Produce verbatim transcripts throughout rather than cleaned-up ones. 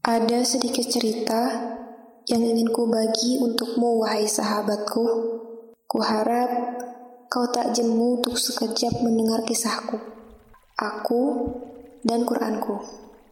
Ada sedikit cerita yang ingin ku bagi untukmu, wahai sahabatku. Kuharap kau tak jemu untuk sekejap mendengar kisahku, aku dan Quranku.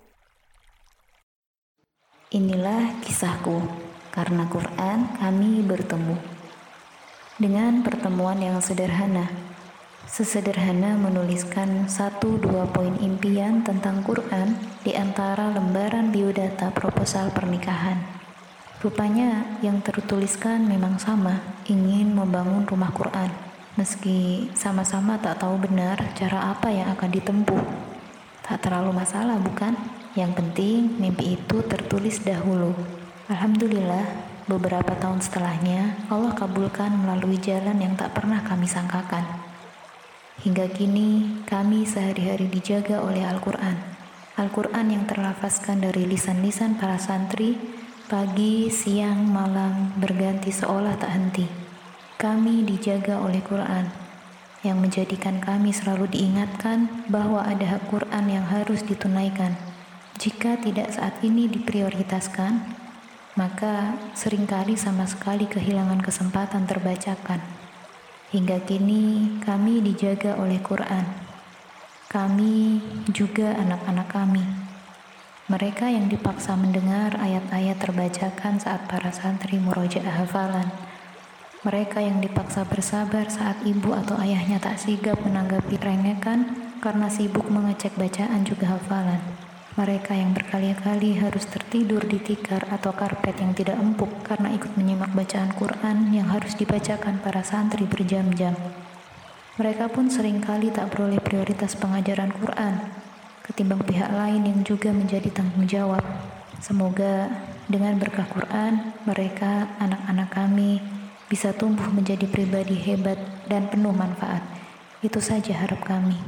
Inilah kisahku, karena Quran kami bertemu. Dengan pertemuan yang sederhana, sesederhana menuliskan satu dua poin impian tentang Quran di antara lembaran biodata proposal pernikahan. Rupanya yang tertuliskan memang sama, ingin membangun rumah Quran, meski sama-sama tak tahu benar cara apa yang akan ditempuh. Tak terlalu masalah, bukan? Yang penting mimpi itu tertulis dahulu. Alhamdulillah, beberapa tahun setelahnya Allah kabulkan melalui jalan yang tak pernah kami sangkakan. Hingga kini kami sehari-hari dijaga oleh Al-Quran. Al-Quran yang terlafazkan dari lisan-lisan para santri, pagi, siang, malam berganti seolah tak henti. Kami dijaga oleh Quran yang menjadikan kami selalu diingatkan bahwa ada hak Quran yang harus ditunaikan. Jika tidak saat ini diprioritaskan, maka seringkali sama sekali kehilangan kesempatan terbacakan. Hingga kini kami dijaga oleh Quran. Kami juga anak-anak kami. Mereka yang dipaksa mendengar ayat-ayat terbacakan saat para santri murojaah hafalan. Mereka yang dipaksa bersabar saat ibu atau ayahnya tak sigap menanggapi rengekan karena sibuk mengecek bacaan juga hafalan. Mereka yang berkali-kali harus tertidur di tikar atau karpet yang tidak empuk karena ikut menyimak bacaan Quran yang harus dibacakan para santri berjam-jam. Mereka pun seringkali tak beroleh prioritas pengajaran Quran ketimbang pihak lain yang juga menjadi tanggung jawab. Semoga dengan berkah Quran, mereka, anak-anak kami, bisa tumbuh menjadi pribadi hebat dan penuh manfaat. Itu saja harap kami.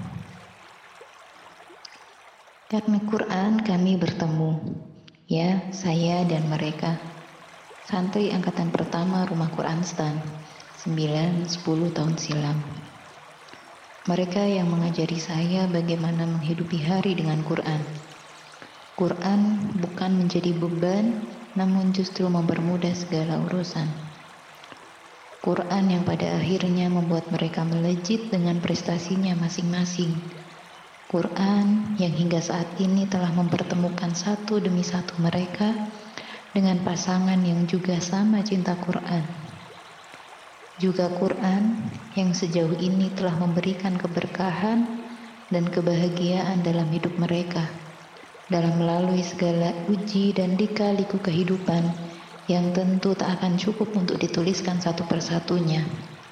Karena Quran kami bertemu, ya saya dan mereka, santri angkatan pertama Rumah Quran Stan, sembilan sepuluh tahun silam. Mereka yang mengajari saya bagaimana menghidupi hari dengan Quran. Quran bukan menjadi beban, namun justru mempermudah segala urusan. Quran yang pada akhirnya membuat mereka melejit dengan prestasinya masing-masing. Quran yang hingga saat ini telah mempertemukan satu demi satu mereka dengan pasangan yang juga sama cinta Quran. Juga Quran yang sejauh ini telah memberikan keberkahan dan kebahagiaan dalam hidup mereka, dalam melalui segala uji dan lika-liku kehidupan yang tentu tak akan cukup untuk dituliskan satu persatunya.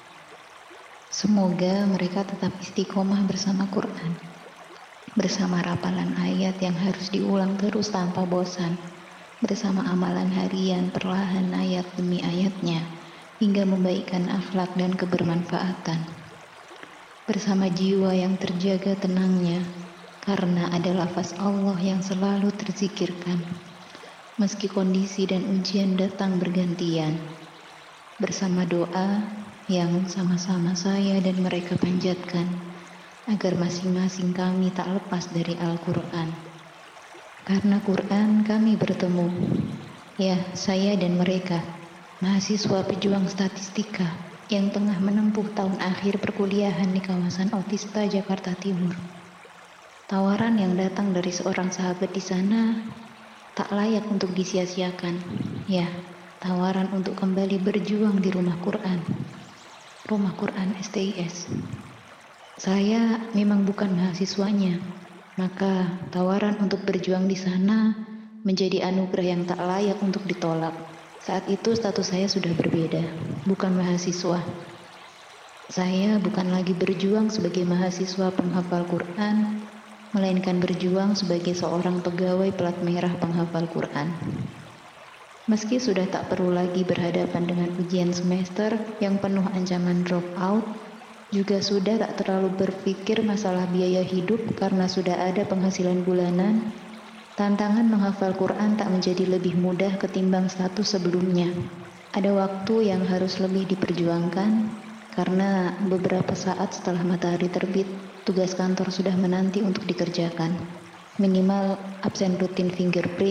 Semoga mereka tetap istiqomah bersama Quran, bersama rapalan ayat yang harus diulang terus tanpa bosan, bersama amalan harian perlahan ayat demi ayatnya, hingga membaikkan akhlak dan kebermanfaatan. Bersama jiwa yang terjaga tenangnya, karena ada lafaz Allah yang selalu terzikirkan, meski kondisi dan ujian datang bergantian. Bersama doa yang sama-sama saya dan mereka panjatkan, agar masing-masing kami tak lepas dari Al-Quran. Karena Quran kami bertemu, ya saya dan mereka, mahasiswa pejuang statistika yang tengah menempuh tahun akhir perkuliahan di kawasan Otista, Jakarta Timur. Tawaran yang datang dari seorang sahabat di sana tak layak untuk disia-siakan. Ya, tawaran untuk kembali berjuang di Rumah Quran. Rumah Quran S T I S. Saya memang bukan mahasiswanya, maka tawaran untuk berjuang di sana menjadi anugerah yang tak layak untuk ditolak. Saat itu status saya sudah berbeda, bukan mahasiswa. Saya bukan lagi berjuang sebagai mahasiswa penghafal Quran, melainkan berjuang sebagai seorang pegawai plat merah penghafal Quran. Meski sudah tak perlu lagi berhadapan dengan ujian semester yang penuh ancaman drop out, juga sudah tak terlalu berpikir masalah biaya hidup karena sudah ada penghasilan bulanan. Tantangan menghafal Quran tak menjadi lebih mudah ketimbang status sebelumnya. Ada waktu yang harus lebih diperjuangkan karena beberapa saat setelah matahari terbit, tugas kantor sudah menanti untuk dikerjakan. Minimal absen rutin fingerprint,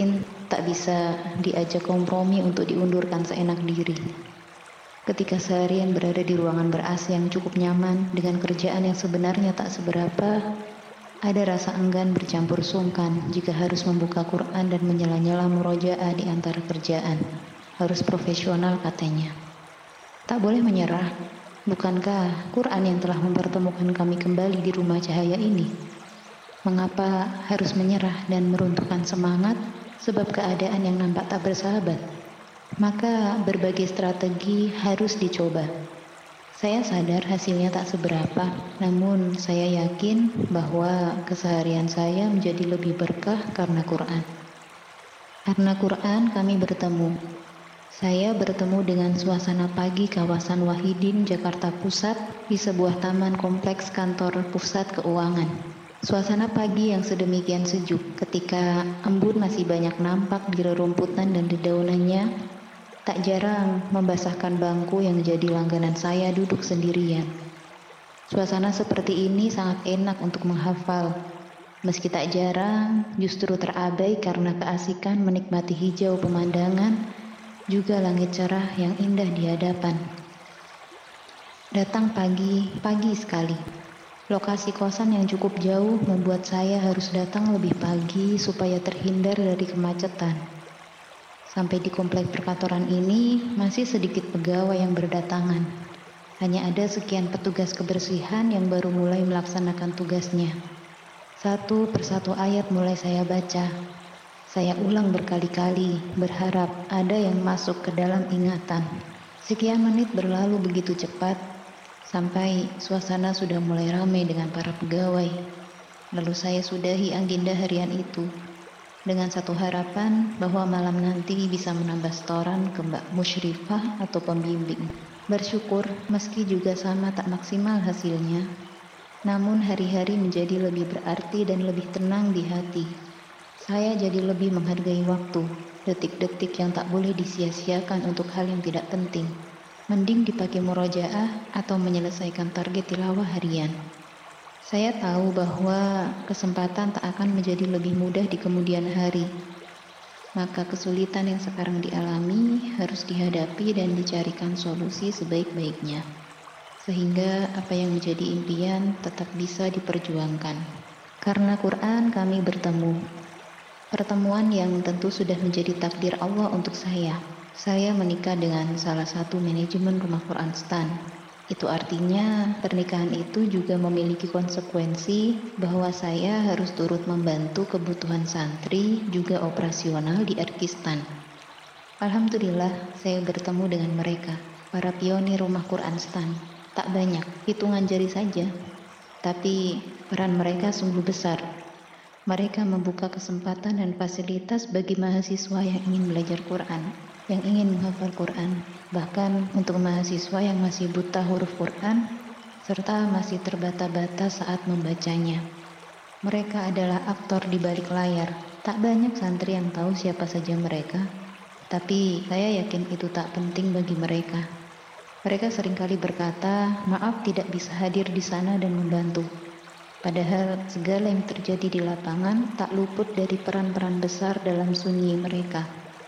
tak bisa diajak kompromi untuk diundurkan seenak diri. Ketika seharian berada di ruangan ber-A C yang cukup nyaman dengan kerjaan yang sebenarnya tak seberapa, ada rasa enggan bercampur sungkan jika harus membuka Quran dan menyela-nyela murojaah di antara kerjaan. Harus profesional katanya. Tak boleh menyerah. Bukankah Quran yang telah mempertemukan kami kembali di rumah cahaya ini? Mengapa harus menyerah dan meruntuhkan semangat sebab keadaan yang nampak tak bersahabat? Maka berbagai strategi harus dicoba. Saya sadar hasilnya tak seberapa, namun saya yakin bahwa keseharian saya menjadi lebih berkah karena Quran. Karena Quran kami bertemu. Saya bertemu dengan suasana pagi kawasan Wahidin, Jakarta Pusat di sebuah taman kompleks kantor pusat keuangan. Suasana pagi yang sedemikian sejuk ketika embun masih banyak nampak di rerumputan dan dedaunannya, tak jarang membasahkan bangku yang jadi langganan saya duduk sendirian. Suasana seperti ini sangat enak untuk menghafal. Meski tak jarang, justru terabai karena keasikan menikmati hijau pemandangan, juga langit cerah yang indah di hadapan. Datang pagi, pagi sekali. Lokasi kosan yang cukup jauh membuat saya harus datang lebih pagi supaya terhindar dari kemacetan. Sampai di komplek perkantoran ini masih sedikit pegawai yang berdatangan. Hanya ada sekian petugas kebersihan yang baru mulai melaksanakan tugasnya. Satu persatu ayat mulai saya baca. Saya ulang berkali-kali, berharap ada yang masuk ke dalam ingatan. Sekian menit berlalu begitu cepat, sampai suasana sudah mulai ramai dengan para pegawai. Lalu saya sudahi agenda harian itu, dengan satu harapan bahwa malam nanti bisa menambah setoran ke Mbak Musyrifah atau pembimbing. Bersyukur, meski juga sama tak maksimal hasilnya, namun hari-hari menjadi lebih berarti dan lebih tenang di hati. Saya jadi lebih menghargai waktu, detik-detik yang tak boleh disia-siakan untuk hal yang tidak penting. Mending dipakai murojaah atau menyelesaikan target tilawah harian. Saya tahu bahwa kesempatan tak akan menjadi lebih mudah di kemudian hari. Maka kesulitan yang sekarang dialami harus dihadapi dan dicarikan solusi sebaik-baiknya. Sehingga apa yang menjadi impian tetap bisa diperjuangkan. Karena Quran kami bertemu. Pertemuan yang tentu sudah menjadi takdir Allah untuk saya. Saya menikah dengan salah satu manajemen rumah Quran Stan. Itu artinya pernikahan itu juga memiliki konsekuensi bahwa saya harus turut membantu kebutuhan santri juga operasional di Erkistan. Alhamdulillah saya bertemu dengan mereka, para pionir rumah Quran Stan. Tak banyak, hitungan jari saja. Tapi peran mereka sungguh besar. Mereka membuka kesempatan dan fasilitas bagi mahasiswa yang ingin belajar Quran, yang ingin menghafal Quran, bahkan untuk mahasiswa yang masih buta huruf Quran, serta masih terbata-bata saat membacanya. Mereka adalah aktor di balik layar. Tak banyak santri yang tahu siapa saja mereka, tapi saya yakin itu tak penting bagi mereka. Mereka seringkali berkata, maaf tidak bisa hadir di sana dan membantu. Padahal segala yang terjadi di lapangan tak luput dari peran-peran besar dalam sunyi mereka.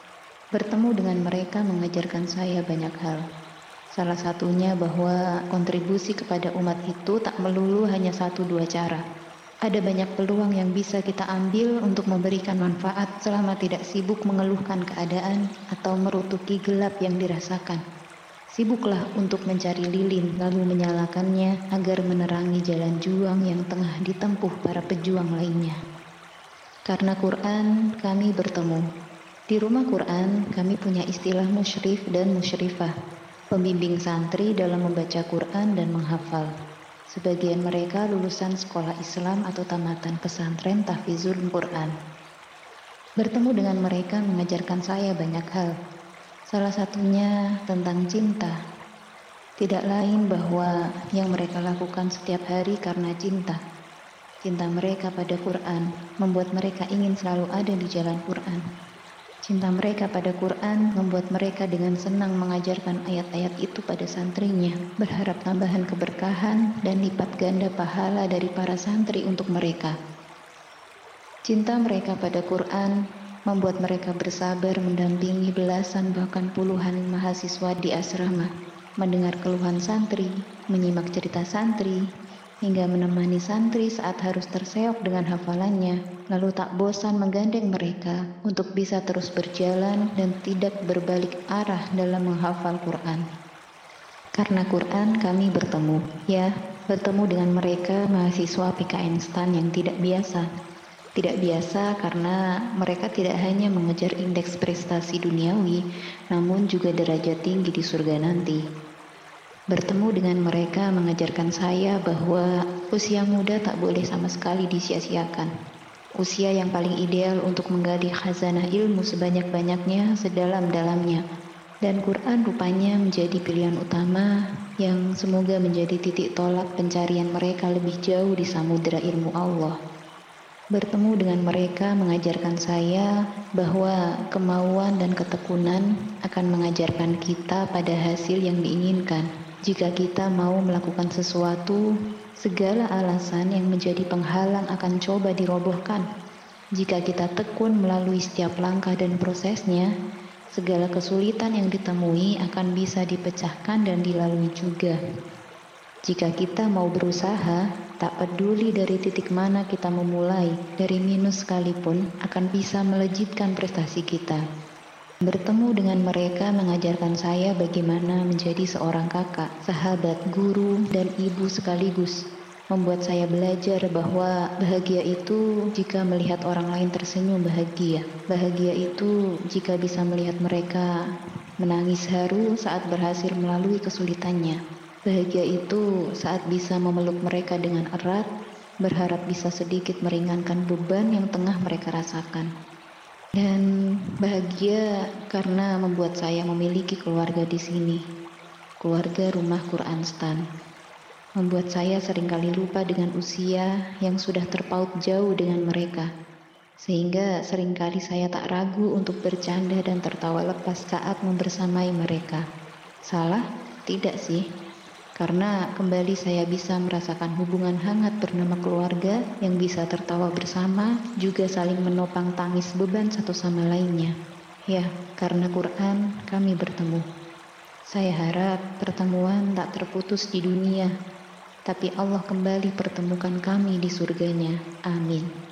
Bertemu dengan mereka mengajarkan saya banyak hal. Salah satunya bahwa kontribusi kepada umat itu tak melulu hanya satu dua cara. Ada banyak peluang yang bisa kita ambil untuk memberikan manfaat selama tidak sibuk mengeluhkan keadaan atau merutuki gelap yang dirasakan. Sibuklah untuk mencari lilin lalu menyalakannya agar menerangi jalan juang yang tengah ditempuh para pejuang lainnya. Karena Quran, kami bertemu. Di rumah Quran, kami punya istilah musyrif dan musyrifah, pembimbing santri dalam membaca Quran dan menghafal. Sebagian mereka lulusan sekolah Islam atau tamatan pesantren tahfizul Quran. Bertemu dengan mereka mengajarkan saya banyak hal. Salah satunya tentang cinta. Tidak lain bahwa yang mereka lakukan setiap hari karena cinta. Cinta mereka pada Quran membuat mereka ingin selalu ada di jalan Quran. Cinta mereka pada Quran membuat mereka dengan senang mengajarkan ayat-ayat itu pada santrinya, berharap tambahan keberkahan dan lipat ganda pahala dari para santri untuk mereka. Cinta mereka pada Quran membuat mereka bersabar mendampingi belasan bahkan puluhan mahasiswa di asrama, mendengar keluhan santri, menyimak cerita santri, hingga menemani santri saat harus terseok dengan hafalannya, lalu tak bosan menggandeng mereka untuk bisa terus berjalan dan tidak berbalik arah dalam menghafal Quran. Karena Quran kami bertemu, ya, bertemu dengan mereka mahasiswa P K N STAN yang tidak biasa. Tidak biasa karena mereka tidak hanya mengejar indeks prestasi duniawi, namun juga derajat tinggi di surga nanti. Bertemu dengan mereka mengajarkan saya bahwa usia muda tak boleh sama sekali disia-siakan. Usia yang paling ideal untuk menggali khazanah ilmu sebanyak-banyaknya sedalam-dalamnya. Dan Quran rupanya menjadi pilihan utama yang semoga menjadi titik tolak pencarian mereka lebih jauh di samudera ilmu Allah. Bertemu dengan mereka mengajarkan saya bahwa kemauan dan ketekunan akan mengajarkan kita pada hasil yang diinginkan. Jika kita mau melakukan sesuatu, segala alasan yang menjadi penghalang akan coba dirobohkan. Jika kita tekun melalui setiap langkah dan prosesnya, segala kesulitan yang ditemui akan bisa dipecahkan dan dilalui juga. Jika kita mau berusaha, tak peduli dari titik mana kita memulai, dari minus sekalipun akan bisa melejitkan prestasi kita. Bertemu dengan mereka mengajarkan saya bagaimana menjadi seorang kakak, sahabat, guru, dan ibu sekaligus. Membuat saya belajar bahwa bahagia itu jika melihat orang lain tersenyum bahagia. Bahagia itu jika bisa melihat mereka menangis haru saat berhasil melalui kesulitannya. Bahagia itu saat bisa memeluk mereka dengan erat, berharap bisa sedikit meringankan beban yang tengah mereka rasakan. Dan bahagia karena membuat saya memiliki keluarga di sini, keluarga Rumah Quran STAN. Membuat saya seringkali lupa dengan usia yang sudah terpaut jauh dengan mereka, sehingga seringkali saya tak ragu untuk bercanda dan tertawa lepas saat membersamai mereka. Salah? Tidak sih. Karena kembali saya bisa merasakan hubungan hangat bernama keluarga yang bisa tertawa bersama, juga saling menopang tangis beban satu sama lainnya. Ya, karena Quran kami bertemu. Saya harap pertemuan tak terputus di dunia, tapi Allah kembali pertemukan kami di surganya. Amin.